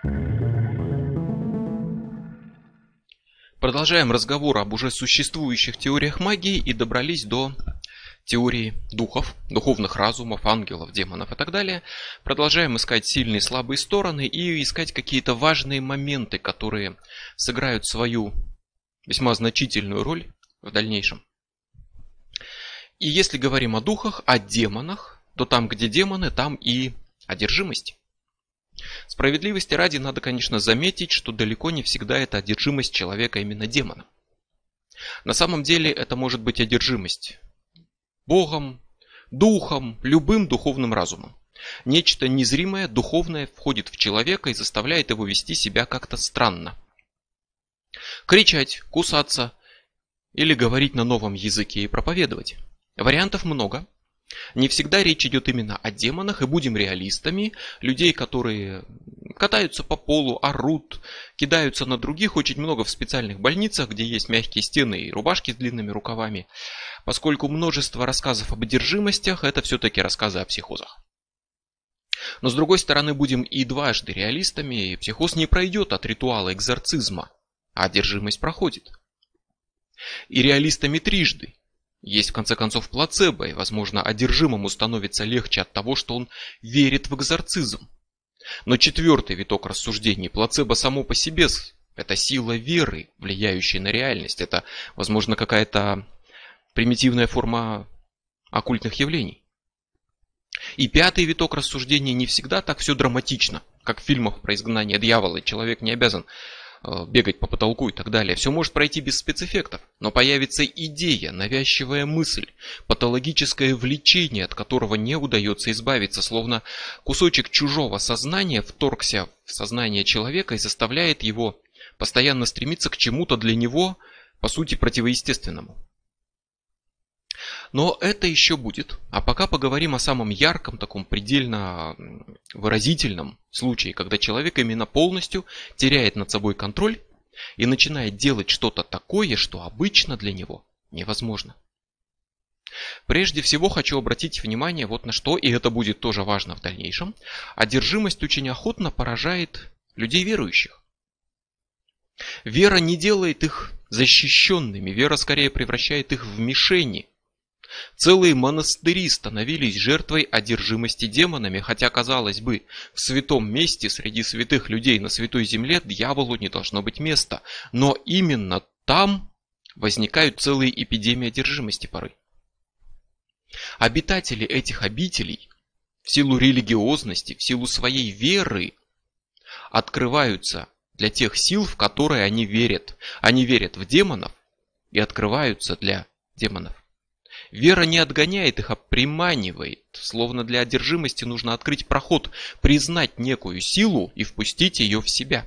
Продолжаем разговор об уже существующих теориях магии и добрались до теории духов, духовных разумов, ангелов, демонов и так далее. Продолжаем искать сильные и слабые стороны и искать какие-то важные моменты, которые сыграют свою весьма значительную роль в дальнейшем. И если говорим о духах, о демонах, то там, где демоны, там и одержимость. Справедливости ради надо, конечно, заметить, что далеко не всегда это одержимость человека именно демоном. На самом деле это может быть одержимость Богом, духом, любым духовным разумом. Нечто незримое, духовное входит в человека и заставляет его вести себя как-то странно. Кричать, кусаться или говорить на новом языке и проповедовать. Вариантов много. Не всегда речь идет именно о демонах, и будем реалистами. Людей, которые катаются по полу, орут, кидаются на других, очень много в специальных больницах, где есть мягкие стены и рубашки с длинными рукавами. Поскольку множество рассказов об одержимостях, это все-таки рассказы о психозах. Но с другой стороны, будем и дважды реалистами, и психоз не пройдет от ритуала экзорцизма, а одержимость проходит. И реалистами трижды. Есть в конце концов плацебо, и, возможно, одержимому становится легче от того, что он верит в экзорцизм. Но четвертый виток рассуждений: плацебо само по себе – это сила веры, влияющая на реальность. Это, возможно, какая-то примитивная форма оккультных явлений. И пятый виток рассуждений: не всегда так все драматично, как в фильмах про изгнание дьявола. Человек не обязан бегать по потолку и так далее. Все может пройти без спецэффектов, но появится идея, навязчивая мысль, патологическое влечение, от которого не удается избавиться, словно кусочек чужого сознания вторгся в сознание человека и заставляет его постоянно стремиться к чему-то для него, по сути, противоестественному. Но это еще будет. А пока поговорим о самом ярком, таком предельно выразительном случае, когда человек именно полностью теряет над собой контроль и начинает делать что-то такое, что обычно для него невозможно. Прежде всего хочу обратить внимание вот на что, и это будет тоже важно в дальнейшем. Одержимость очень охотно поражает людей верующих. Вера не делает их защищенными, вера скорее превращает их в мишени. Целые монастыри становились жертвой одержимости демонами, хотя, казалось бы, в святом месте среди святых людей на святой земле дьяволу не должно быть места. Но именно там возникают целые эпидемии одержимости порой. Обитатели этих обителей в силу религиозности, в силу своей веры открываются для тех сил, в которые они верят. Они верят в демонов и открываются для демонов. Вера не отгоняет их, а приманивает. Словно для одержимости нужно открыть проход, признать некую силу и впустить ее в себя.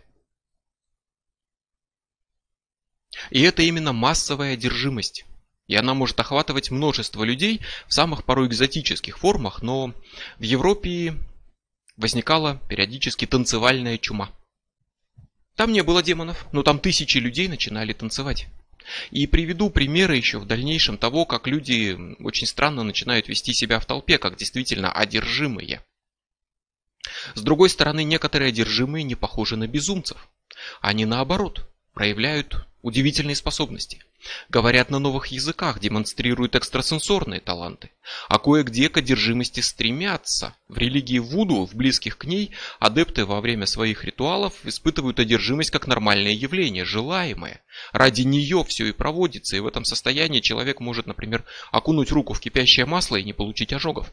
И это именно массовая одержимость. И она может охватывать множество людей в самых порой экзотических формах, но в Европе возникала периодически танцевальная чума. Там не было демонов, но там тысячи людей начинали танцевать. И приведу примеры еще в дальнейшем того, как люди очень странно начинают вести себя в толпе, как действительно одержимые. С другой стороны, некоторые одержимые не похожи на безумцев. Они наоборот проявляют удивительные способности. Говорят на новых языках, демонстрируют экстрасенсорные таланты. А кое-где к одержимости стремятся. В религии вуду, в близких к ней, адепты во время своих ритуалов испытывают одержимость как нормальное явление, желаемое. Ради нее все и проводится, и в этом состоянии человек может, например, окунуть руку в кипящее масло и не получить ожогов.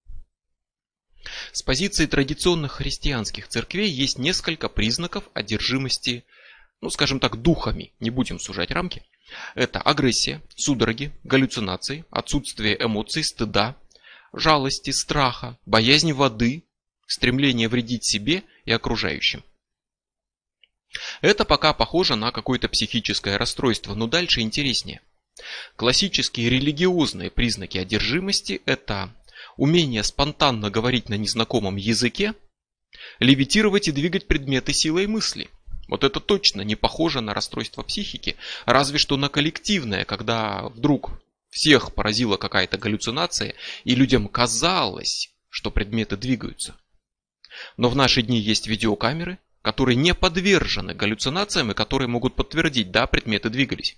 С позиции традиционных христианских церквей есть несколько признаков одержимости, скажем так, духами, не будем сужать рамки. Это агрессия, судороги, галлюцинации, отсутствие эмоций, стыда, жалости, страха, боязнь воды, стремление вредить себе и окружающим. Это пока похоже на какое-то психическое расстройство, но дальше интереснее. Классические религиозные признаки одержимости – это умение спонтанно говорить на незнакомом языке, левитировать и двигать предметы силой мысли. Вот это точно не похоже на расстройство психики, разве что на коллективное, когда вдруг всех поразила какая-то галлюцинация, и людям казалось, что предметы двигаются. Но в наши дни есть видеокамеры, которые не подвержены галлюцинациям и которые могут подтвердить, да, предметы двигались.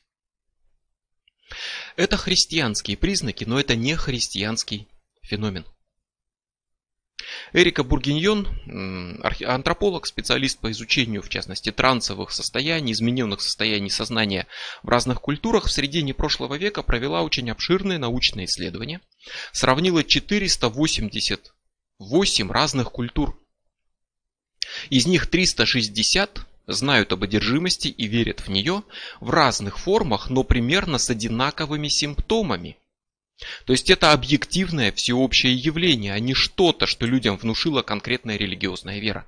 Это христианские признаки, но это не христианский феномен. Эрика Бургиньон, антрополог, специалист по изучению, в частности, трансовых состояний, измененных состояний сознания в разных культурах, в середине прошлого века провела очень обширные научные исследования, сравнила 488 разных культур. Из них 360 знают об одержимости и верят в нее в разных формах, но примерно с одинаковыми симптомами. То есть это объективное всеобщее явление, а не что-то, что людям внушила конкретная религиозная вера.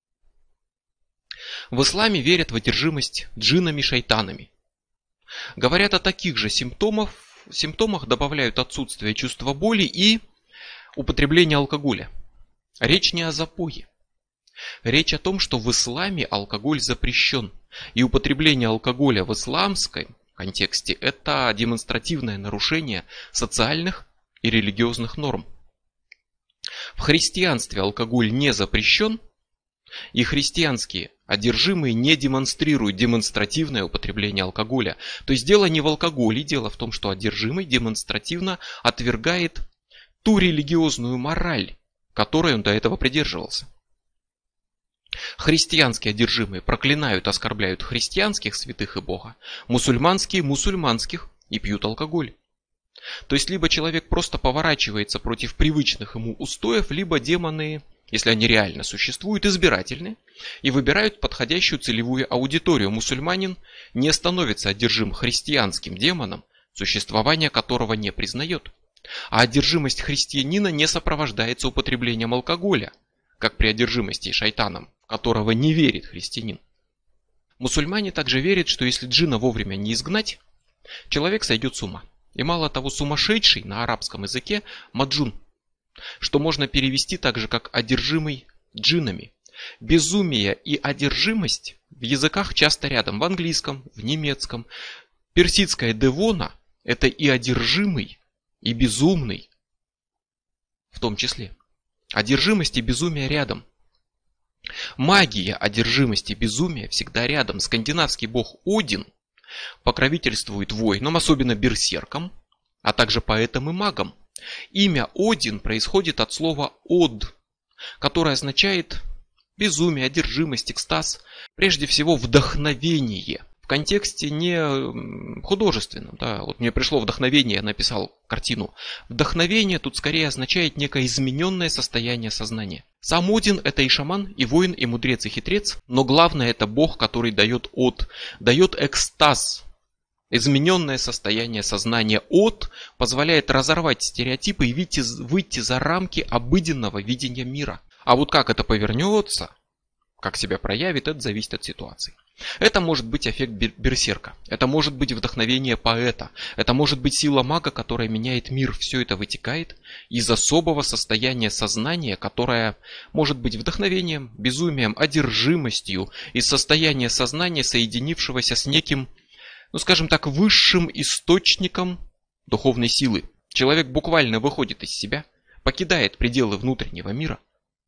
В исламе верят в одержимость джиннами-шайтанами. Говорят о таких же симптомах, добавляют отсутствие чувства боли и употребление алкоголя. Речь не о запое. Речь о том, что в исламе алкоголь запрещен. И употребление алкоголя в исламском контексте – это демонстративное нарушение социальных и религиозных норм. В христианстве алкоголь не запрещен, и христианские одержимые не демонстрируют демонстративное употребление алкоголя. То есть дело не в алкоголе, дело в том, что одержимый демонстративно отвергает ту религиозную мораль, которой он до этого придерживался. Христианские одержимые проклинают, оскорбляют христианских святых и Бога, мусульманские мусульманских и пьют алкоголь. То есть либо человек просто поворачивается против привычных ему устоев, либо демоны, если они реально существуют, избирательны и выбирают подходящую целевую аудиторию. Мусульманин не становится одержим христианским демоном, существование которого не признает. А одержимость христианина не сопровождается употреблением алкоголя, как при одержимости шайтаном, в которого не верит христианин. Мусульмане также верят, что если джинна вовремя не изгнать, человек сойдет с ума. И мало того, сумасшедший на арабском языке маджун, что можно перевести так же, как одержимый джиннами. Безумие и одержимость в языках часто рядом, в английском, в немецком. Персидская девона – это и одержимый, и безумный в том числе. Одержимость и безумие рядом. Магия одержимости и безумия всегда рядом. Скандинавский бог Один покровительствует воинам, особенно берсеркам, а также поэтам и магам. Имя Один происходит от слова «од», которое означает безумие, одержимость, экстаз, прежде всего вдохновение. В контексте не художественном. Да, вот мне пришло вдохновение, я написал картину. Вдохновение тут скорее означает некое измененное состояние сознания. Сам Один – это и шаман, и воин, и мудрец, и хитрец, но главное – это бог, который дает дает экстаз. Измененное состояние сознания позволяет разорвать стереотипы и выйти за рамки обыденного видения мира. А вот как это повернется, как себя проявит, это зависит от ситуации. Это может быть эффект берсерка, это может быть вдохновение поэта, это может быть сила мага, которая меняет мир. Все это вытекает из особого состояния сознания, которое может быть вдохновением, безумием, одержимостью, из состояния сознания, соединившегося с неким, скажем так, высшим источником духовной силы. Человек буквально выходит из себя, покидает пределы внутреннего мира,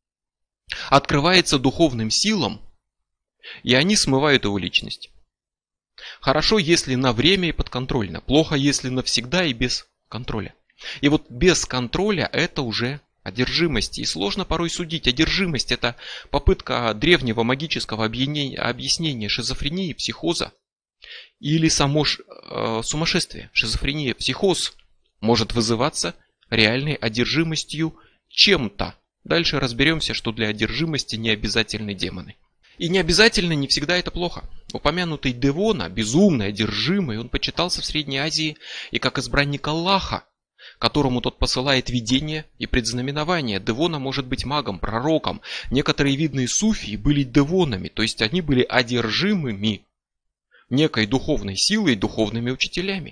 открывается духовным силам, и они смывают его личность. Хорошо, если на время и подконтрольно. Плохо, если навсегда и без контроля. И вот без контроля это уже одержимость. И сложно порой судить. Одержимость – это попытка древнего магического объяснения шизофрении, психоза. Или само сумасшествие. Шизофрения, психоз может вызываться реальной одержимостью чем-то. Дальше разберемся, что для одержимости не обязательны демоны. И не обязательно, не всегда это плохо. Упомянутый Девона, безумный, одержимый, он почитался в Средней Азии и как избранник Аллаха, которому тот посылает видения и предзнаменования. Девона может быть магом, пророком. Некоторые видные суфии были девонами, то есть они были одержимыми некой духовной силой, духовными учителями.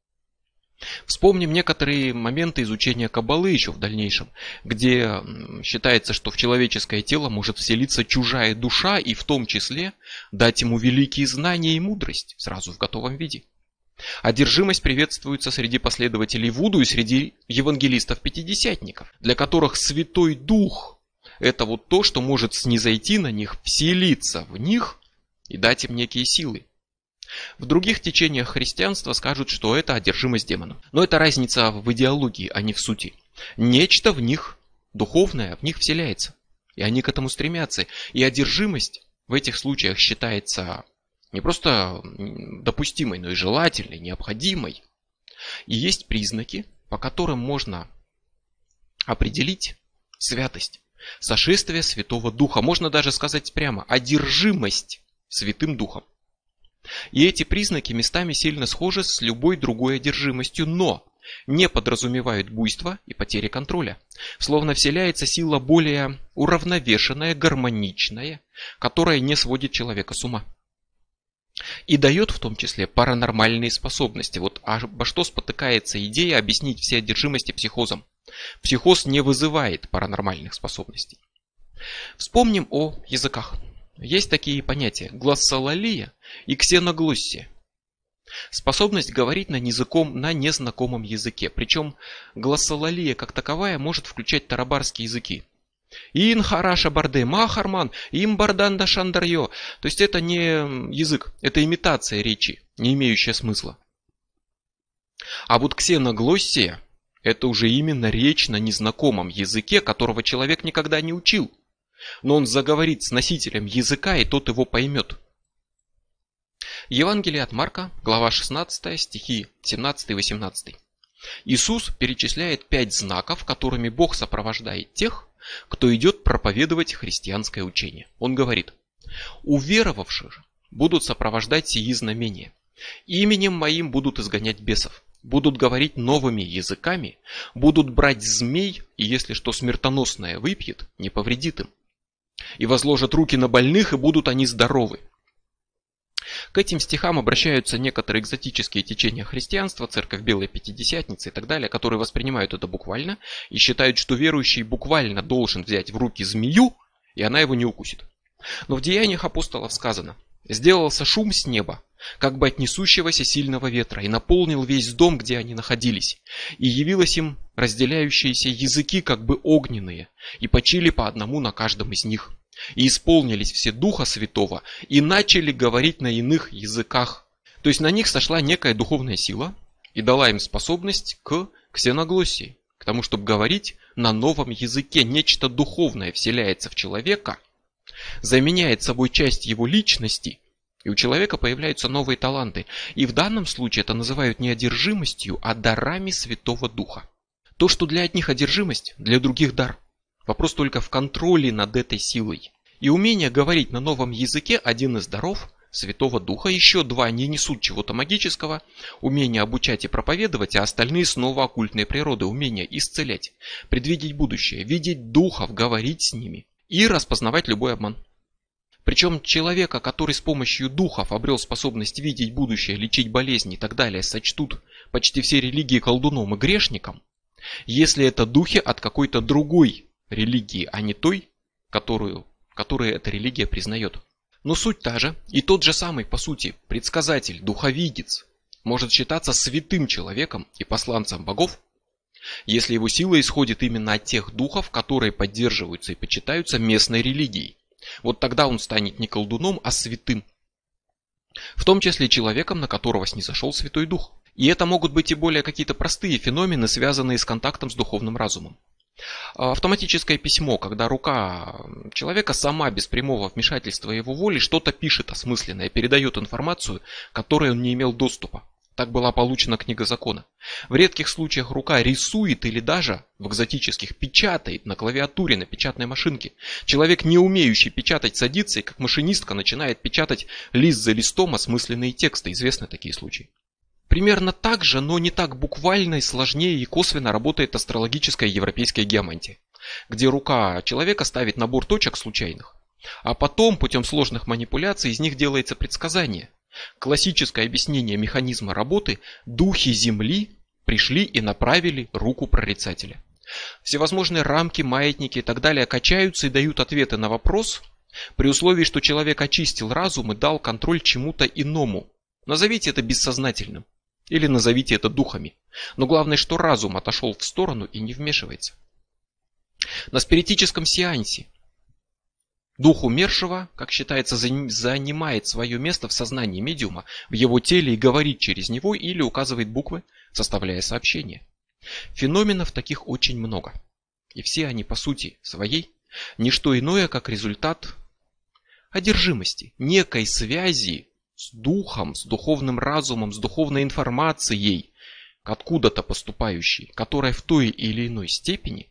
Вспомним некоторые моменты изучения Каббалы еще в дальнейшем, где считается, что в человеческое тело может вселиться чужая душа и в том числе дать ему великие знания и мудрость сразу в готовом виде. Одержимость приветствуется среди последователей Вуду и среди евангелистов-пятидесятников, для которых Святой Дух Это вот то, что может снизойти на них, вселиться в них и дать им некие силы. В других течениях христианства скажут, что это одержимость демоном. Но это разница в идеологии, а не в сути. Нечто в них духовное, в них вселяется. И они к этому стремятся. И одержимость в этих случаях считается не просто допустимой, но и желательной, необходимой. И есть признаки, по которым можно определить святость, сошествие Святого Духа. Можно даже сказать прямо, одержимость Святым Духом. И эти признаки местами сильно схожи с любой другой одержимостью, но не подразумевают буйства и потери контроля. Словно вселяется сила более уравновешенная, гармоничная, которая не сводит человека с ума. И дает в том числе паранормальные способности. Вот обо что спотыкается идея объяснить все одержимости психозом. Психоз не вызывает паранормальных способностей. Вспомним о языках. Есть такие понятия: глоссолалия и ксеноглоссия. Способность говорить на незнакомом языке. Причем глоссолалия как таковая может включать тарабарские языки. Ин хараша барде махарман, им барданда шандарьё. То есть это не язык, это имитация речи, не имеющая смысла. А вот ксеноглоссия — это уже именно речь на незнакомом языке, которого человек никогда не учил. Но он заговорит с носителем языка, и тот его поймет. Евангелие от Марка, глава 16, стихи 17 и 18. Иисус перечисляет 5 знаков, которыми Бог сопровождает тех, кто идет проповедовать христианское учение. Он говорит: уверовавших будут сопровождать сии знамения. Именем моим будут изгонять бесов, будут говорить новыми языками, будут брать змей, и если что смертоносное выпьет, не повредит им. И возложат руки на больных, и будут они здоровы. К этим стихам обращаются некоторые экзотические течения христианства, церковь Белой Пятидесятницы и так далее, которые воспринимают это буквально и считают, что верующий буквально должен взять в руки змею, и она его не укусит. Но в Деяниях апостолов сказано: «Сделался шум с неба, как бы от несущегося сильного ветра, и наполнил весь дом, где они находились. И явилось им разделяющиеся языки, как бы огненные, и почили по одному на каждом из них. И исполнились все Духа Святого, и начали говорить на иных языках». То есть на них сошла некая духовная сила и дала им способность к ксеноглоссии, к тому, чтобы говорить на новом языке. Нечто духовное вселяется в человека, заменяет собой часть его личности, и у человека появляются новые таланты. И в данном случае это называют не одержимостью, а дарами Святого Духа. То, что для одних одержимость, для других дар. Вопрос только в контроле над этой силой. И умение говорить на новом языке – один из даров Святого Духа. Еще 2 не несут чего-то магического. Умение обучать и проповедовать, а остальные снова оккультные природы. Умение исцелять, предвидеть будущее, видеть духов, говорить с ними и распознавать любой обман. Причем человека, который с помощью духов обрел способность видеть будущее, лечить болезни и так далее, сочтут почти все религии колдуном и грешником, если это духи от какой-то другой религии, а не той, которую эта религия признает. Но суть та же, и тот же самый, по сути, предсказатель, духовидец, может считаться святым человеком и посланцем богов, если его сила исходит именно от тех духов, которые поддерживаются и почитаются местной религией. Вот тогда он станет не колдуном, а святым. В том числе человеком, на которого снизошел Святой Дух. И это могут быть и более какие-то простые феномены, связанные с контактом с духовным разумом. Автоматическое письмо, когда рука человека сама без прямого вмешательства его воли что-то пишет осмысленное, передает информацию, к которой он не имел доступа. Так была получена книга закона. В редких случаях рука рисует или даже в экзотических печатает на клавиатуре, на печатной машинке. Человек, не умеющий печатать, садится и как машинистка начинает печатать лист за листом осмысленные тексты. Известны такие случаи. Примерно так же, но не так буквально и сложнее и косвенно работает астрологическая европейская геомантия, где рука человека ставит набор точек случайных, а потом путем сложных манипуляций из них делается предсказание. Классическое объяснение механизма работы: духи Земли пришли и направили руку прорицателя. Всевозможные рамки, маятники и так далее качаются и дают ответы на вопрос, при условии, что человек очистил разум и дал контроль чему-то иному. Назовите это бессознательным или назовите это духами. Но главное, что разум отошел в сторону и не вмешивается. На спиритическом сеансе Дух умершего, как считается, занимает свое место в сознании медиума, в его теле и говорит через него или указывает буквы, составляя сообщение. Феноменов таких очень много. И все они по сути своей не что иное, как результат одержимости, некой связи с духом, с духовным разумом, с духовной информацией, откуда-то поступающей, которая в той или иной степени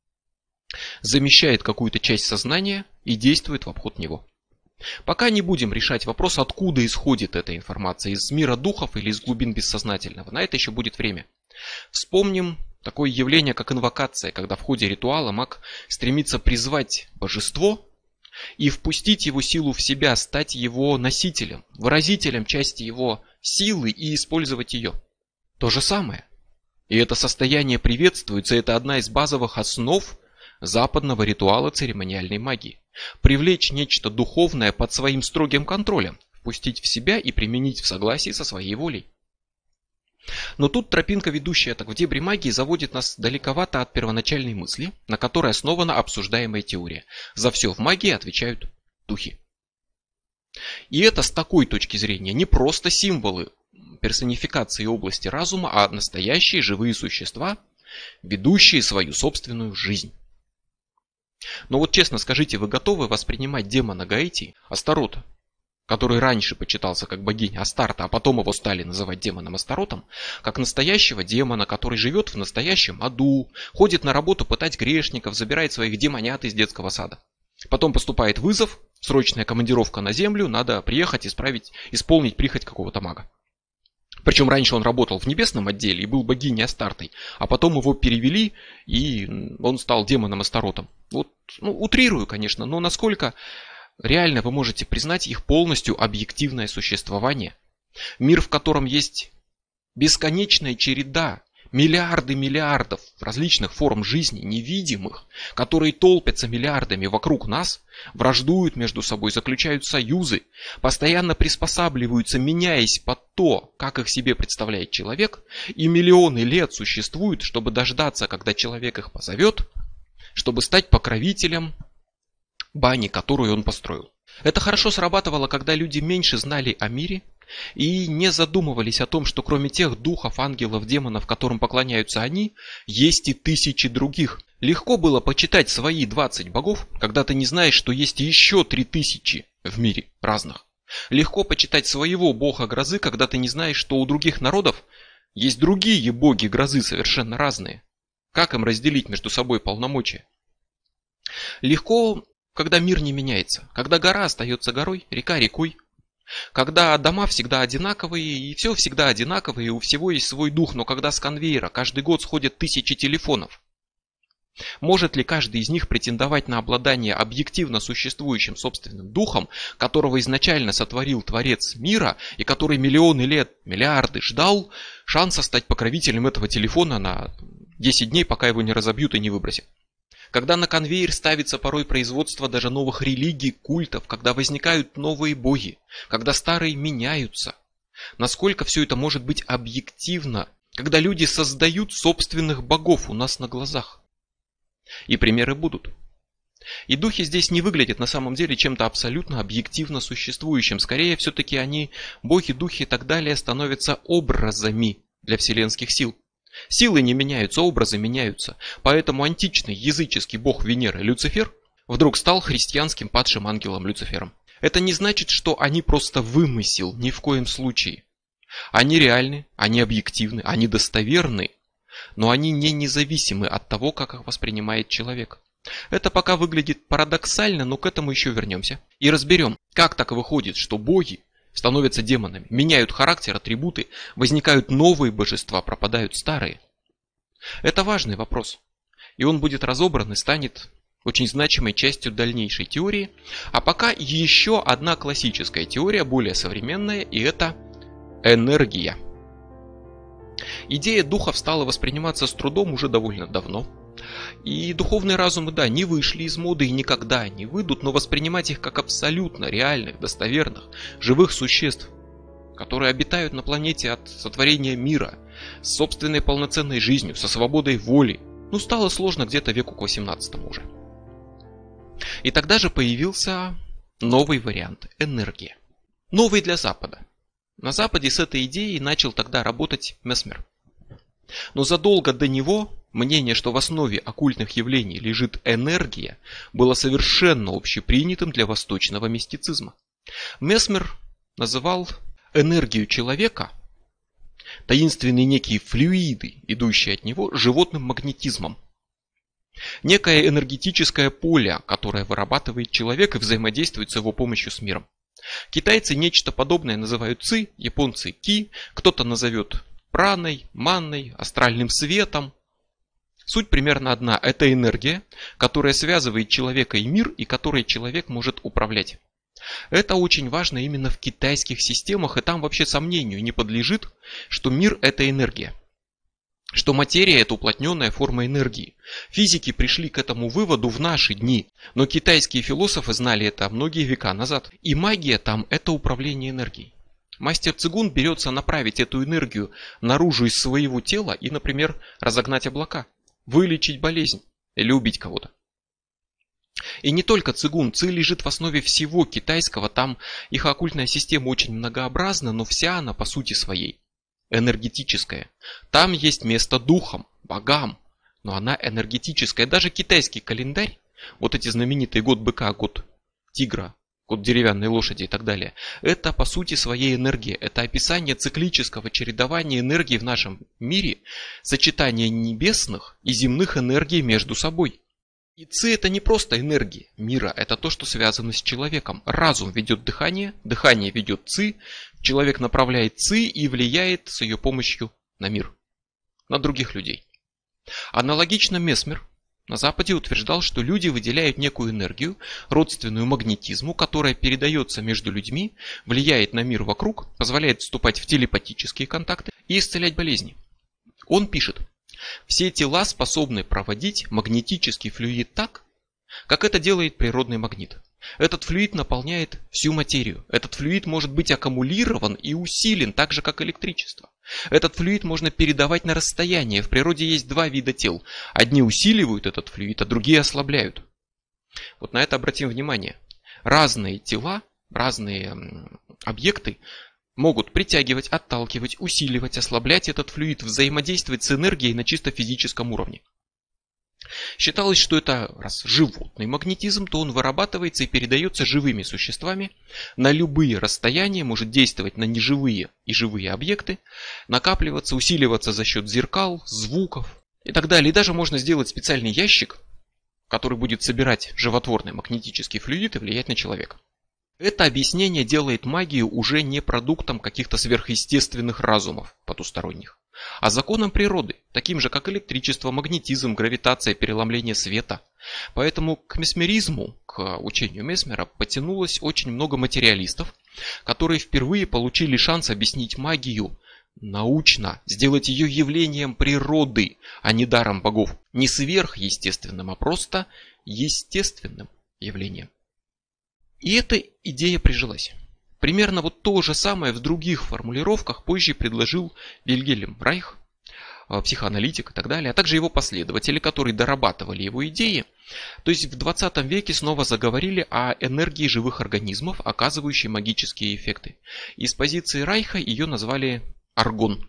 замещает какую-то часть сознания и действует в обход него. Пока не будем решать вопрос, откуда исходит эта информация, из мира духов или из глубин бессознательного. На это еще будет время. Вспомним такое явление, как инвокация, когда в ходе ритуала маг стремится призвать божество и впустить его силу в себя, стать его носителем, выразителем части его силы и использовать ее. То же самое. И это состояние приветствуется, это одна из базовых основ западного ритуала церемониальной магии. Привлечь нечто духовное под своим строгим контролем, впустить в себя и применить в согласии со своей волей. Но тут тропинка, ведущая так в дебри магии, заводит нас далековато от первоначальной мысли, на которой основана обсуждаемая теория. За все в магии отвечают духи. И это с такой точки зрения не просто символы персонификации области разума, а настоящие живые существа, ведущие свою собственную жизнь. Но вот честно скажите, вы готовы воспринимать демона Гаити, Астарота, который раньше почитался как богиня Астарта, а потом его стали называть демоном Астаротом, как настоящего демона, который живет в настоящем аду, ходит на работу пытать грешников, забирает своих демонят из детского сада. Потом поступает вызов, срочная командировка на землю, надо приехать, исполнить прихоть какого-то мага. Причем раньше он работал в небесном отделе и был богиней Астартой, а потом его перевели, и он стал демоном Астаротом. Вот, утрирую, конечно, но насколько реально вы можете признать их полностью объективное существование? Мир, в котором есть бесконечная череда, миллиарды миллиардов различных форм жизни, невидимых, которые толпятся миллиардами вокруг нас, враждуют между собой, заключают союзы, постоянно приспосабливаются, меняясь под то, как их себе представляет человек, и миллионы лет существуют, чтобы дождаться, когда человек их позовет, чтобы стать покровителем бани, которую он построил. Это хорошо срабатывало, когда люди меньше знали о мире и не задумывались о том, что кроме тех духов, ангелов, демонов, которым поклоняются они, есть и тысячи других. Легко было почитать свои 20 богов, когда ты не знаешь, что есть еще 3000 в мире разных. Легко почитать своего бога грозы, когда ты не знаешь, что у других народов есть другие боги грозы совершенно разные. Как им разделить между собой полномочия? Легко, когда мир не меняется, когда гора остается горой, река рекой, когда дома всегда одинаковые, и все всегда одинаковое, и у всего есть свой дух, но когда с конвейера каждый год сходят тысячи телефонов, может ли каждый из них претендовать на обладание объективно существующим собственным духом, которого изначально сотворил Творец мира, и который миллионы лет, миллиарды ждал шанса стать покровителем этого телефона на 10 дней, пока его не разобьют и не выбросят? Когда на конвейер ставится порой производство даже новых религий, культов, когда возникают новые боги, когда старые меняются. Насколько все это может быть объективно, когда люди создают собственных богов у нас на глазах? И примеры будут. И духи здесь не выглядят на самом деле чем-то абсолютно объективно существующим. Скорее, все-таки они, боги, духи и так далее, становятся образами для вселенских сил. Силы не меняются, образы меняются. Поэтому античный языческий бог Венеры Люцифер вдруг стал христианским падшим ангелом Люцифером. Это не значит, что они просто вымысел, ни в коем случае. Они реальны, они объективны, они достоверны, но они не независимы от того, как их воспринимает человек. Это пока выглядит парадоксально, но к этому еще вернемся. И разберем, как так выходит, что боги становятся демонами, меняют характер, атрибуты, возникают новые божества, пропадают старые. Это важный вопрос. И он будет разобран и станет очень значимой частью дальнейшей теории. А пока еще одна классическая теория, более современная, и это энергия. Идея духов стала восприниматься с трудом уже довольно давно. И духовные разумы, да, не вышли из моды и никогда не выйдут, но воспринимать их как абсолютно реальных, достоверных, живых существ, которые обитают на планете от сотворения мира, с собственной полноценной жизнью, со свободой воли, стало сложно где-то веку к 18 уже. И тогда же появился новый вариант – энергия. Новый для Запада. На Западе с этой идеей начал тогда работать Месмер. Но задолго до него мнение, что в основе оккультных явлений лежит энергия, было совершенно общепринятым для восточного мистицизма. Месмер называл энергию человека, таинственные некие флюиды, идущие от него, животным магнетизмом. Некое энергетическое поле, которое вырабатывает человек и взаимодействует с его помощью с миром. Китайцы нечто подобное называют ци, японцы ки, кто-то назовет праной, манной, астральным светом. Суть примерно одна. Это энергия, которая связывает человека и мир, и которой человек может управлять. Это очень важно именно в китайских системах, и там вообще сомнению не подлежит, что мир – это энергия. Что материя – это уплотненная форма энергии. Физики пришли к этому выводу в наши дни, но китайские философы знали это многие века назад. И магия там – это управление энергией. Мастер цигун берется направить эту энергию наружу из своего тела и, например, разогнать облака, вылечить болезнь или убить кого-то. И не только цигун, ци лежит в основе всего китайского, там их оккультная система очень многообразна, но вся она по сути своей энергетическая. Там есть место духам, богам, но она энергетическая. Даже китайский календарь, вот эти знаменитые год быка, год тигра, год деревянной лошади и так далее, это по сути своей энергия. Это описание циклического чередования энергии в нашем мире, сочетание небесных и земных энергий между собой. И ци это не просто энергия мира, это то, что связано с человеком. Разум ведет дыхание, дыхание ведет ци, человек направляет ци и влияет с ее помощью на мир, на других людей. Аналогично Месмер на Западе утверждал, что люди выделяют некую энергию, родственную магнетизму, которая передается между людьми, влияет на мир вокруг, позволяет вступать в телепатические контакты и исцелять болезни. Он пишет: все тела способны проводить магнетический флюид так, как это делает природный магнит. Этот флюид наполняет всю материю. Этот флюид может быть аккумулирован и усилен так же, как электричество. Этот флюид можно передавать на расстояние. В природе есть два вида тел. Одни усиливают этот флюид, а другие ослабляют. Вот на это обратим внимание. Разные тела, разные объекты могут притягивать, отталкивать, усиливать, ослаблять этот флюид, взаимодействовать с энергией на чисто физическом уровне. Считалось, что это раз животный магнетизм, то он вырабатывается и передается живыми существами на любые расстояния, может действовать на неживые и живые объекты, накапливаться, усиливаться за счет зеркал, звуков и так далее. И даже можно сделать специальный ящик, который будет собирать животворный магнетический флюид и влиять на человека. Это объяснение делает магию уже не продуктом каких-то сверхъестественных разумов потусторонних, а законом природы, таким же как электричество, магнетизм, гравитация, переломление света. Поэтому к месмеризму, к учению Месмера потянулось очень много материалистов, которые впервые получили шанс объяснить магию научно, сделать ее явлением природы, а не даром богов, не сверхъестественным, а просто естественным явлением. И эта идея прижилась. Примерно вот то же самое в других формулировках позже предложил Вильгельм Райх, психоаналитик и так далее, а также его последователи, которые дорабатывали его идеи. То есть в 20 веке снова заговорили о энергии живых организмов, оказывающей магические эффекты. И с позиции Райха ее назвали аргон.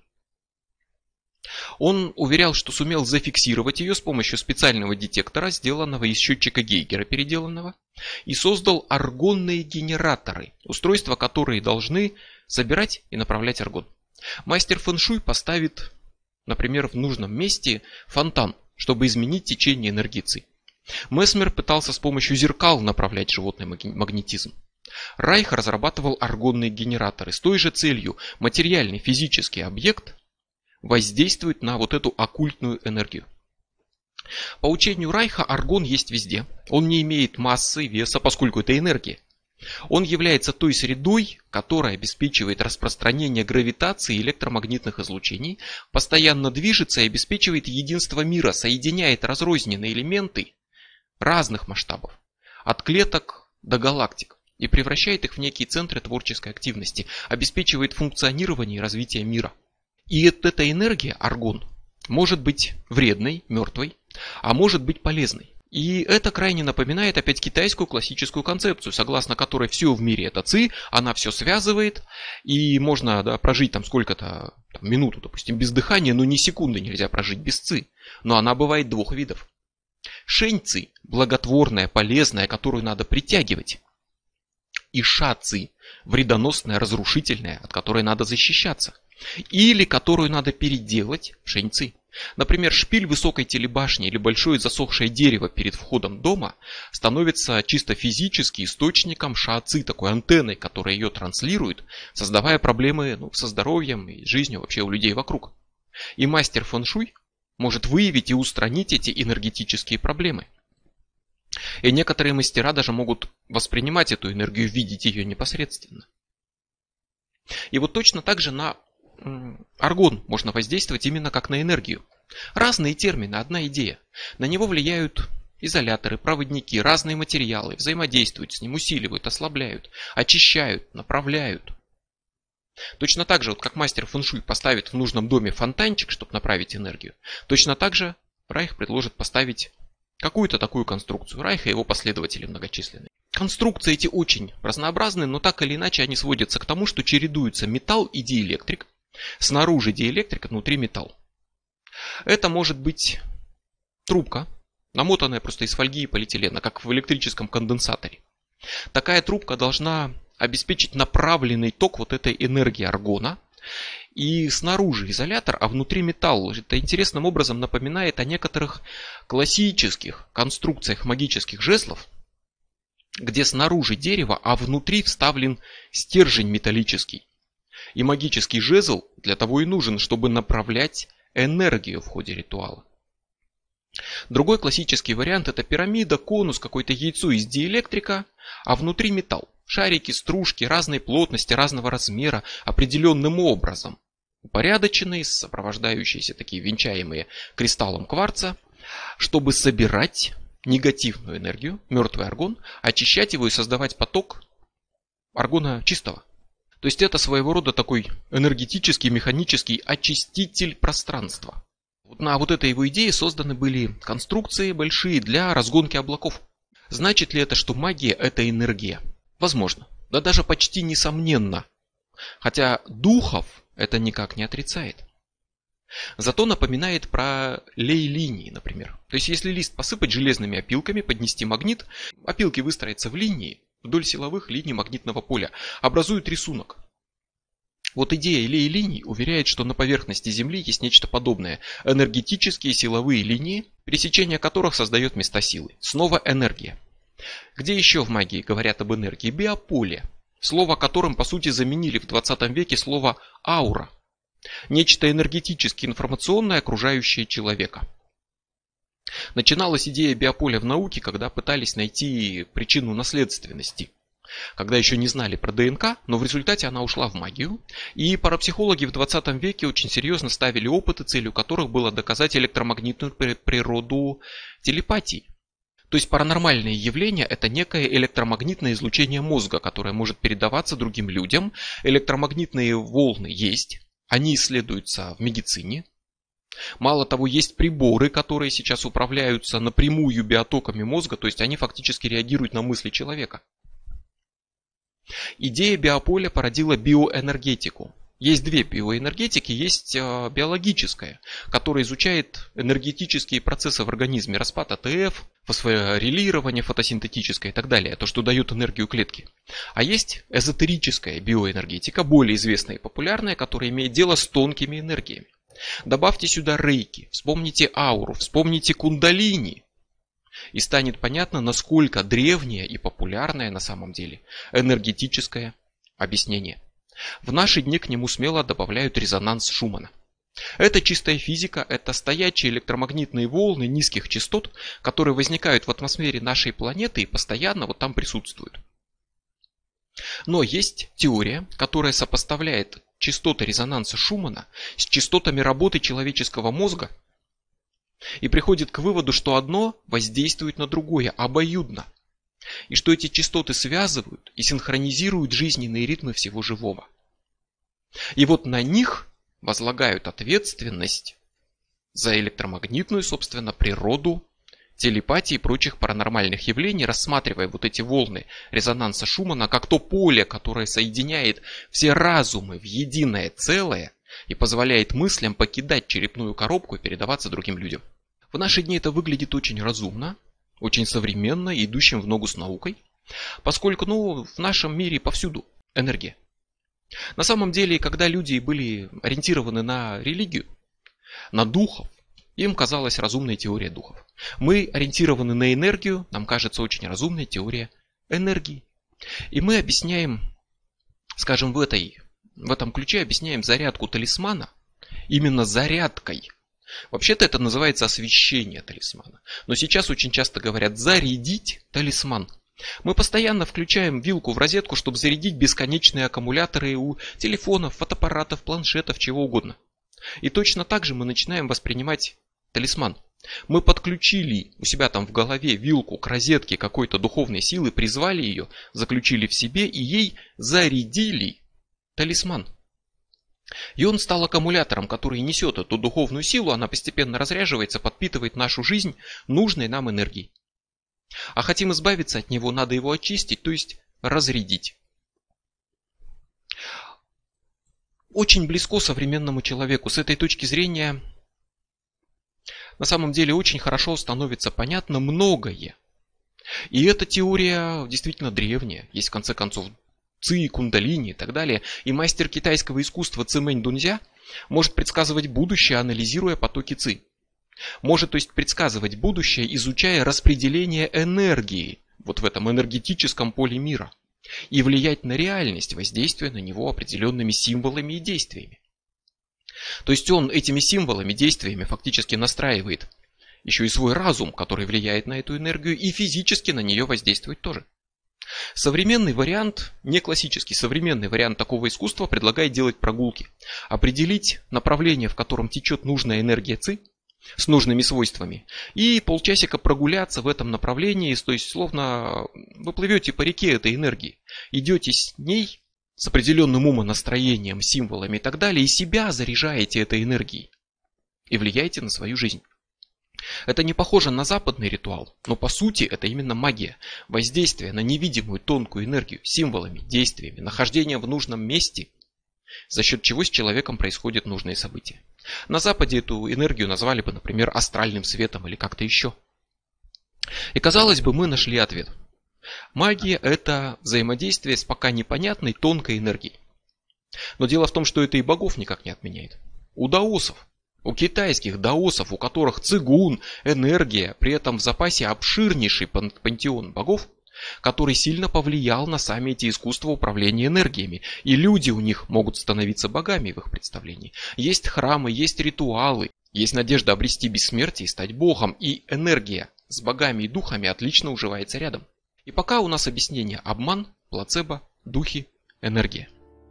Он уверял, что сумел зафиксировать ее с помощью специального детектора, сделанного из счетчика Гейгера переделанного, и создал аргонные генераторы, устройства, которые должны собирать и направлять аргон. Мастер фэн-шуй поставит, например, в нужном месте фонтан, чтобы изменить течение энергии ци. Месмер пытался с помощью зеркал направлять животный магнетизм. Райх разрабатывал аргонные генераторы с той же целью: материальный физический объект воздействует на вот эту оккультную энергию. По учению Райха аргон есть везде. Он не имеет массы, веса, поскольку это энергия. Он является той средой, которая обеспечивает распространение гравитации и электромагнитных излучений, постоянно движется и обеспечивает единство мира, соединяет разрозненные элементы разных масштабов, от клеток до галактик, и превращает их в некие центры творческой активности, обеспечивает функционирование и развитие мира. И эта энергия, аргон, может быть вредной, мертвой, а может быть полезной. И это крайне напоминает опять китайскую классическую концепцию, согласно которой все в мире это ци, она все связывает, и можно, да, прожить там сколько-то, минуту, допустим, без дыхания, но ни секунды нельзя прожить без ци. Но она бывает двух видов. Шэнь ци, благотворная, полезная, которую надо притягивать. И ша ци, вредоносная, разрушительная, от которой надо защищаться. Или которую надо переделать в шэнь ци. Например, шпиль высокой телебашни или большое засохшее дерево перед входом дома становится чисто физически источником ша-ци, такой антенной, которая ее транслирует, создавая проблемы со здоровьем и жизнью вообще у людей вокруг. И мастер фэн-шуй может выявить и устранить эти энергетические проблемы. И некоторые мастера даже могут воспринимать эту энергию, видеть ее непосредственно. И вот точно так же на аргон можно воздействовать именно как на энергию. Разные термины, одна идея. На него влияют изоляторы, проводники, разные материалы, взаимодействуют с ним, усиливают, ослабляют, очищают, направляют. Точно так же, вот как мастер фэн-шуй поставит в нужном доме фонтанчик, чтобы направить энергию, точно так же Райх предложит поставить какую-то такую конструкцию. Райх и его последователи многочисленные. Конструкции эти очень разнообразны, но так или иначе они сводятся к тому, что чередуются металл и диэлектрик. Снаружи диэлектрика, внутри металл. Это может быть трубка, намотанная просто из фольги и полиэтилена, как в электрическом конденсаторе. Такая трубка должна обеспечить направленный ток вот этой энергии аргона. И снаружи изолятор, а внутри металл. Это интересным образом напоминает о некоторых классических конструкциях магических жезлов, где снаружи дерево, а внутри вставлен стержень металлический. И магический жезл для того и нужен, чтобы направлять энергию в ходе ритуала. Другой классический вариант — это пирамида, конус, какое-то яйцо из диэлектрика, а внутри металл. Шарики, стружки разной плотности, разного размера, определенным образом упорядоченные, сопровождающиеся такие венчаемые кристаллом кварца, чтобы собирать негативную энергию, мертвый аргон, очищать его и создавать поток аргона чистого. То есть это своего рода такой энергетический, механический очиститель пространства. На вот этой его идее созданы были конструкции большие для разгонки облаков. Значит ли это, что магия — это энергия? Возможно. Да даже почти несомненно. Хотя духов это никак не отрицает. Зато напоминает про лей-линии, например. То есть если лист посыпать железными опилками, поднести магнит, опилки выстроятся в линии, вдоль силовых линий магнитного поля, образуют рисунок. Вот идея лей-линий уверяет, что на поверхности Земли есть нечто подобное. Энергетические силовые линии, пересечение которых создает места силы. Снова энергия. Где еще в магии говорят об энергии? Биополе. Слово которым по сути заменили в 20 веке слово аура. Нечто энергетически информационное, окружающее человека. Начиналась идея биополя в науке, когда пытались найти причину наследственности. Когда еще не знали про ДНК, но в результате она ушла в магию. И парапсихологи в 20 веке очень серьезно ставили опыты, целью которых было доказать электромагнитную природу телепатии. То есть паранормальные явления — это некое электромагнитное излучение мозга, которое может передаваться другим людям. Электромагнитные волны есть, они исследуются в медицине. Мало того, есть приборы, которые сейчас управляются напрямую биотоками мозга, то есть они фактически реагируют на мысли человека. Идея биополя породила биоэнергетику. Есть две биоэнергетики, есть биологическая, которая изучает энергетические процессы в организме, распад АТФ, фосфорилирование фотосинтетическое и так далее, то, что дает энергию клетки. А есть эзотерическая биоэнергетика, более известная и популярная, которая имеет дело с тонкими энергиями. Добавьте сюда рейки, вспомните ауру, вспомните кундалини. И станет понятно, насколько древнее и популярное на самом деле энергетическое объяснение. В наши дни к нему смело добавляют резонанс Шумана. Это чистая физика, это стоячие электромагнитные волны низких частот, которые возникают в атмосфере нашей планеты и постоянно вот там присутствуют. Но есть теория, которая сопоставляет частоты резонанса Шумана с частотами работы человеческого мозга и приходит к выводу, что одно воздействует на другое обоюдно. И что эти частоты связывают и синхронизируют жизненные ритмы всего живого. И вот на них возлагают ответственность за электромагнитную, собственно, природу телепатии и прочих паранормальных явлений, рассматривая вот эти волны резонанса Шумана как то поле, которое соединяет все разумы в единое целое и позволяет мыслям покидать черепную коробку и передаваться другим людям. В наши дни это выглядит очень разумно, очень современно, идущим в ногу с наукой, поскольку в нашем мире повсюду энергия. На самом деле, когда люди были ориентированы на религию, на духов, им казалась разумная теория духов. Мы ориентированы на энергию, нам кажется очень разумная теория энергии. И мы объясняем, скажем, в этом ключе объясняем зарядку талисмана именно зарядкой. Вообще-то это называется освещение талисмана. Но сейчас очень часто говорят зарядить талисман. Мы постоянно включаем вилку в розетку, чтобы зарядить бесконечные аккумуляторы у телефонов, фотоаппаратов, планшетов, чего угодно. И точно так же мы начинаем воспринимать талисман. Мы подключили у себя там в голове вилку к розетке какой-то духовной силы, призвали ее, заключили в себе и ей зарядили талисман. И он стал аккумулятором, который несет эту духовную силу, она постепенно разряживается, подпитывает нашу жизнь нужной нам энергией. А хотим избавиться от него, надо его очистить, то есть разрядить. Очень близко современному человеку. С этой точки зрения на самом деле очень хорошо становится понятно многое. И эта теория действительно древняя. Есть в конце концов ци, кундалини и так далее. И мастер китайского искусства Цимэнь Дунзя может предсказывать будущее, анализируя потоки ци. Может, то есть, предсказывать будущее, изучая распределение энергии вот в этом энергетическом поле мира. И влиять на реальность, воздействуя на него определенными символами и действиями. То есть он этими символами, действиями фактически настраивает еще и свой разум, который влияет на эту энергию, и физически на нее воздействует тоже. Современный вариант, не классический, современный вариант такого искусства предлагает делать прогулки. Определить направление, в котором течет нужная энергия ци, с нужными свойствами, и полчасика прогуляться в этом направлении, то есть словно вы плывете по реке этой энергии, идете с ней, с определенным умонастроением, символами и так далее, и себя заряжаете этой энергией и влияете на свою жизнь. Это не похоже на западный ритуал, но по сути это именно магия, воздействие на невидимую тонкую энергию, символами, действиями, нахождением в нужном месте, за счет чего с человеком происходят нужные события. На Западе эту энергию назвали бы, например, астральным светом или как-то еще. И казалось бы, мы нашли ответ. Магия – это взаимодействие с пока непонятной тонкой энергией. Но дело в том, что это и богов никак не отменяет. У даосов, у китайских даосов, у которых цигун, энергия, при этом в запасе обширнейший пантеон богов, который сильно повлиял на сами эти искусства управления энергиями. И люди у них могут становиться богами в их представлении. Есть храмы, есть ритуалы, есть надежда обрести бессмертие и стать богом. И энергия с богами и духами отлично уживается рядом. И пока у нас объяснение обман, плацебо, духи, энергия.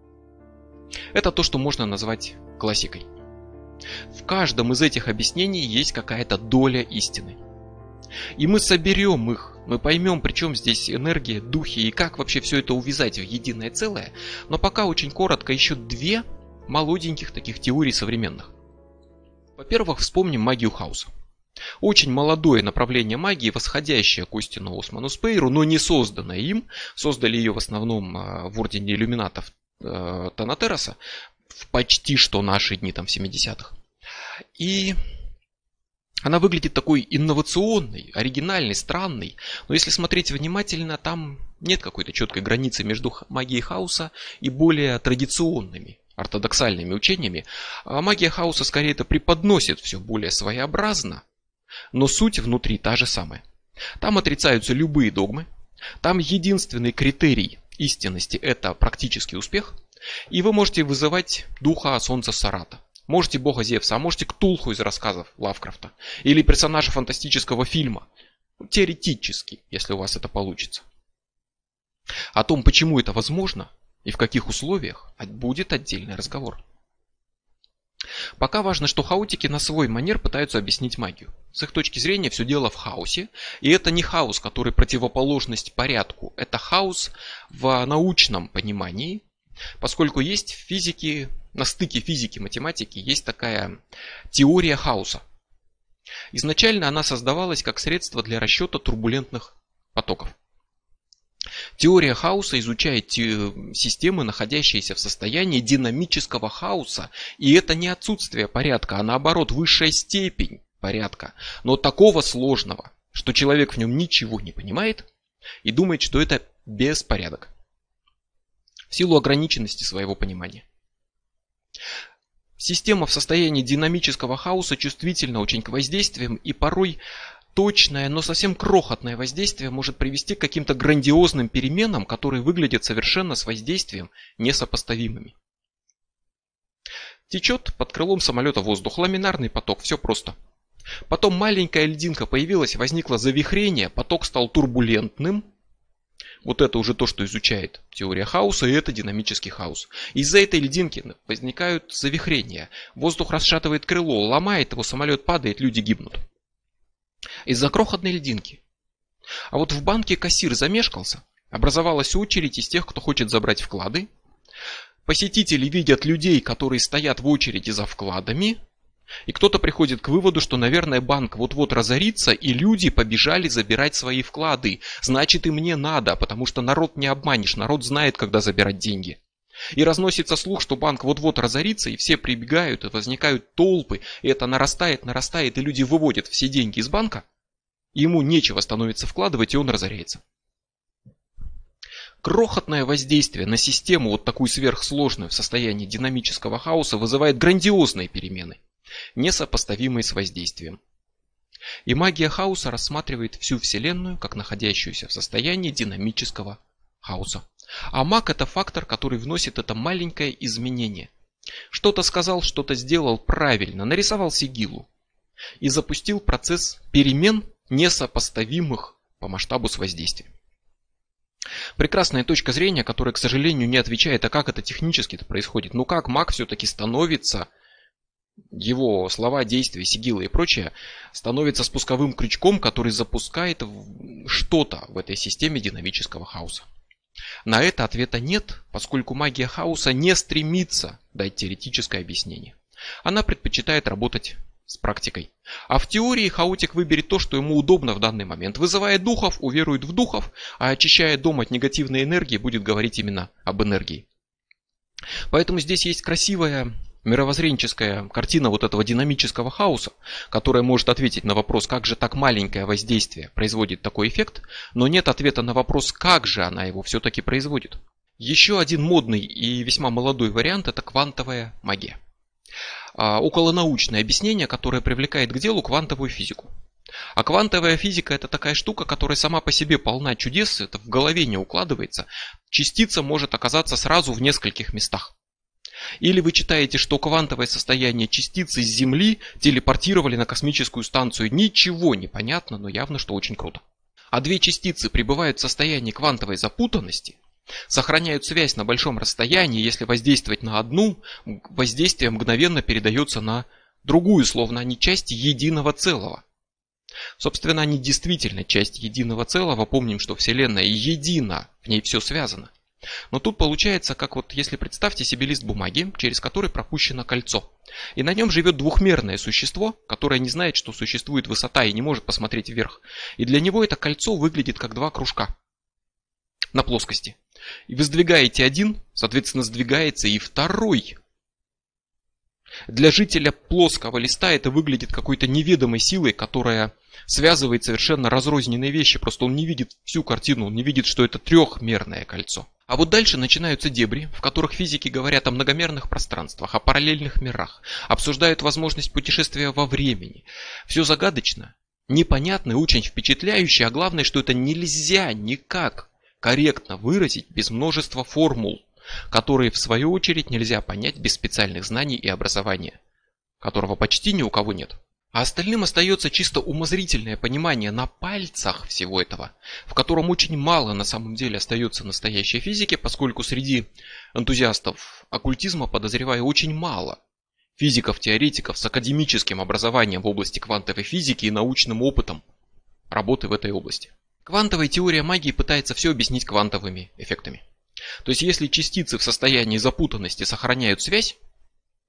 Это то, что можно назвать классикой. В каждом из этих объяснений есть какая-то доля истины. И мы соберем их, мы поймем, при чем здесь энергия, духи и как вообще все это увязать в единое целое. Но пока очень коротко еще две молоденьких таких теорий современных. Во-первых, вспомним магию хаоса. Очень молодое направление магии, восходящее к Остину Осману Спейру, но не созданное им. Создали ее в основном в ордене иллюминатов Танатероса в почти что наши дни, там в 70-х. И она выглядит такой инновационной, оригинальной, странной. Но если смотреть внимательно, там нет какой-то четкой границы между магией хаоса и более традиционными, ортодоксальными учениями. А магия хаоса скорее это преподносит все более своеобразно, но суть внутри та же самая. Там отрицаются любые догмы. Там единственный критерий истинности – это практический успех. И вы можете вызывать духа солнца Сарата. Можете бога Зевса, а можете Ктулху из рассказов Лавкрафта. Или персонажа фантастического фильма. Теоретически, если у вас это получится. О том, почему это возможно и в каких условиях, будет отдельный разговор. Пока важно, что хаотики на свой манер пытаются объяснить магию. С их точки зрения все дело в хаосе. И это не хаос, который противоположность порядку. Это хаос в научном понимании. Поскольку есть в физике, на стыке физики и математики есть такая теория хаоса. Изначально она создавалась как средство для расчета турбулентных потоков. Теория хаоса изучает системы, находящиеся в состоянии динамического хаоса. И это не отсутствие порядка, а наоборот высшая степень порядка. Но такого сложного, что человек в нем ничего не понимает и думает, что это беспорядок. В силу ограниченности своего понимания. Система в состоянии динамического хаоса чувствительна очень к воздействиям, и порой точное, но совсем крохотное воздействие может привести к каким-то грандиозным переменам, которые выглядят совершенно с воздействием несопоставимыми. Течет под крылом самолета воздух, ламинарный поток, все просто. Потом маленькая льдинка появилась, возникло завихрение, поток стал турбулентным. Вот это уже то, что изучает теория хаоса, и это динамический хаос. Из-за этой льдинки возникают завихрения. Воздух расшатывает крыло, ломает его, самолет падает, люди гибнут. Из-за крохотной льдинки. А вот в банке кассир замешкался, образовалась очередь из тех, кто хочет забрать вклады. Посетители видят людей, которые стоят в очереди за вкладами. И кто-то приходит к выводу, что, наверное, банк вот-вот разорится, и люди побежали забирать свои вклады. Значит, и мне надо, потому что народ не обманешь, народ знает, когда забирать деньги. И разносится слух, что банк вот-вот разорится, и все прибегают, и возникают толпы, и это нарастает, нарастает, и люди выводят все деньги из банка, и ему нечего становится вкладывать, и он разоряется. Крохотное воздействие на систему, вот такую сверхсложную в состоянии динамического хаоса, вызывает грандиозные перемены, несопоставимые с воздействием. И магия хаоса рассматривает всю Вселенную как находящуюся в состоянии динамического хаоса. А маг — это фактор, который вносит это маленькое изменение. Что-то сказал, что-то сделал правильно, нарисовал сигилу и запустил процесс перемен, несопоставимых по масштабу с воздействием. Прекрасная точка зрения, которая, к сожалению, не отвечает, а как это технически-то происходит. Ну как маг все-таки становится, его слова, действия, сигилы и прочее, становится спусковым крючком, который запускает что-то в этой системе динамического хаоса. На это ответа нет, поскольку магия хаоса не стремится дать теоретическое объяснение. Она предпочитает работать с практикой. А в теории хаотик выберет то, что ему удобно в данный момент. Вызывая духов, уверует в духов, а очищая дом от негативной энергии, будет говорить именно об энергии. Поэтому здесь есть красивая мировоззренческая картина вот этого динамического хаоса, которая может ответить на вопрос, как же так маленькое воздействие производит такой эффект, но нет ответа на вопрос, как же она его все-таки производит. Еще один модный и весьма молодой вариант — это квантовая магия. Околонаучное объяснение, которое привлекает к делу квантовую физику. А квантовая физика — это такая штука, которая сама по себе полна чудес, это в голове не укладывается. Частица может оказаться сразу в нескольких местах. Или вы читаете, что квантовое состояние частицы с Земли телепортировали на космическую станцию. Ничего не понятно, но явно, что очень круто. А две частицы пребывают в состоянии квантовой запутанности, сохраняют связь на большом расстоянии. Если воздействовать на одну, воздействие мгновенно передается на другую, словно они части единого целого. Собственно, они действительно часть единого целого. Помним, что Вселенная едина, в ней все связано. Но тут получается, как вот если представьте себе лист бумаги, через который пропущено кольцо. И на нем живет двухмерное существо, которое не знает, что существует высота и не может посмотреть вверх. И для него это кольцо выглядит как два кружка на плоскости. И вы сдвигаете один, соответственно, сдвигается и второй. Для жителя плоского листа это выглядит какой-то неведомой силой, которая связывает совершенно разрозненные вещи. Просто он не видит всю картину, он не видит, что это трехмерное кольцо. А вот дальше начинаются дебри, в которых физики говорят о многомерных пространствах, о параллельных мирах, обсуждают возможность путешествия во времени. Все загадочно, непонятно и очень впечатляюще, а главное, что это нельзя никак корректно выразить без множества формул, которые в свою очередь нельзя понять без специальных знаний и образования, которого почти ни у кого нет. А остальным остается чисто умозрительное понимание на пальцах всего этого, в котором очень мало на самом деле остается настоящей физики, поскольку среди энтузиастов оккультизма, подозреваю, очень мало физиков-теоретиков с академическим образованием в области квантовой физики и научным опытом работы в этой области. Квантовая теория магии пытается все объяснить квантовыми эффектами. То есть если частицы в состоянии запутанности сохраняют связь,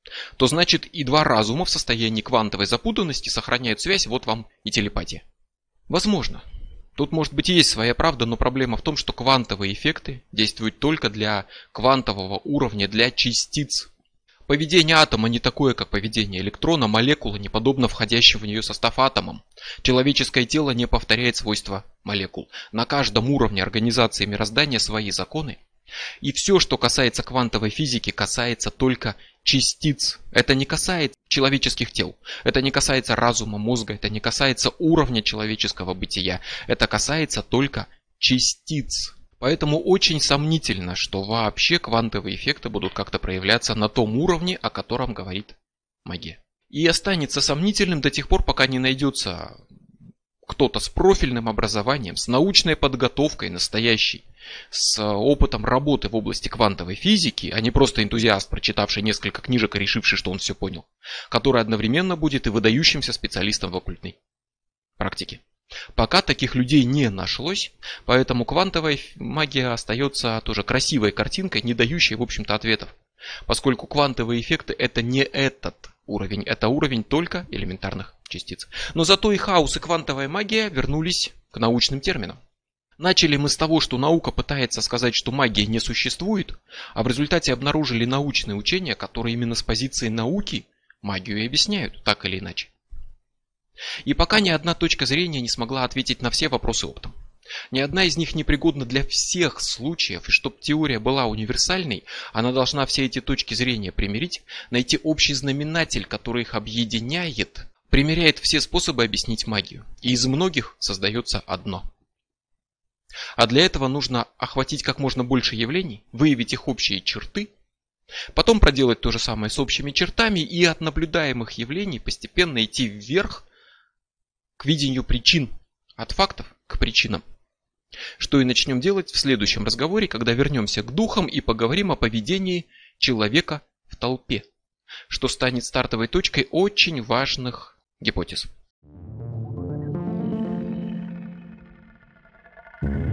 то значит и два разума в состоянии квантовой запутанности сохраняют связь, вот вам и телепатия. Возможно. Тут, может быть, и есть своя правда, но проблема в том, что квантовые эффекты действуют только для квантового уровня, для частиц. Поведение атома не такое, как поведение электрона, молекула не подобна входящим в нее состав атомам. Человеческое тело не повторяет свойства молекул. На каждом уровне организации мироздания свои законы. И все, что касается квантовой физики, касается только частиц. Это не касается человеческих тел. Это не касается разума, мозга. Это не касается уровня человеческого бытия. Это касается только частиц. Поэтому очень сомнительно, что вообще квантовые эффекты будут как-то проявляться на том уровне, о котором говорит магия. И останется сомнительным до тех пор, пока не найдется кто-то с профильным образованием, с научной подготовкой настоящей, с опытом работы в области квантовой физики, а не просто энтузиаст, прочитавший несколько книжек и решивший, что он все понял, который одновременно будет и выдающимся специалистом в оккультной практике. Пока таких людей не нашлось, поэтому квантовая магия остается тоже красивой картинкой, не дающей, в общем-то, ответов. Поскольку квантовые эффекты это не этот уровень, это уровень только элементарных частиц. Но зато и хаос, и квантовая магия вернулись к научным терминам. Начали мы с того, что наука пытается сказать, что магия не существует, а в результате обнаружили научные учения, которые именно с позиции науки магию и объясняют, так или иначе. И пока ни одна точка зрения не смогла ответить на все вопросы оптом. Ни одна из них не пригодна для всех случаев, и чтобы теория была универсальной, она должна все эти точки зрения примирить, найти общий знаменатель, который их объединяет, примеряет все способы объяснить магию. И из многих создается одно. А для этого нужно охватить как можно больше явлений, выявить их общие черты, потом проделать то же самое с общими чертами и от наблюдаемых явлений постепенно идти вверх к видению причин, от фактов к причинам. Что и начнем делать в следующем разговоре, когда вернемся к духам и поговорим о поведении человека в толпе, что станет стартовой точкой очень важных гипотез.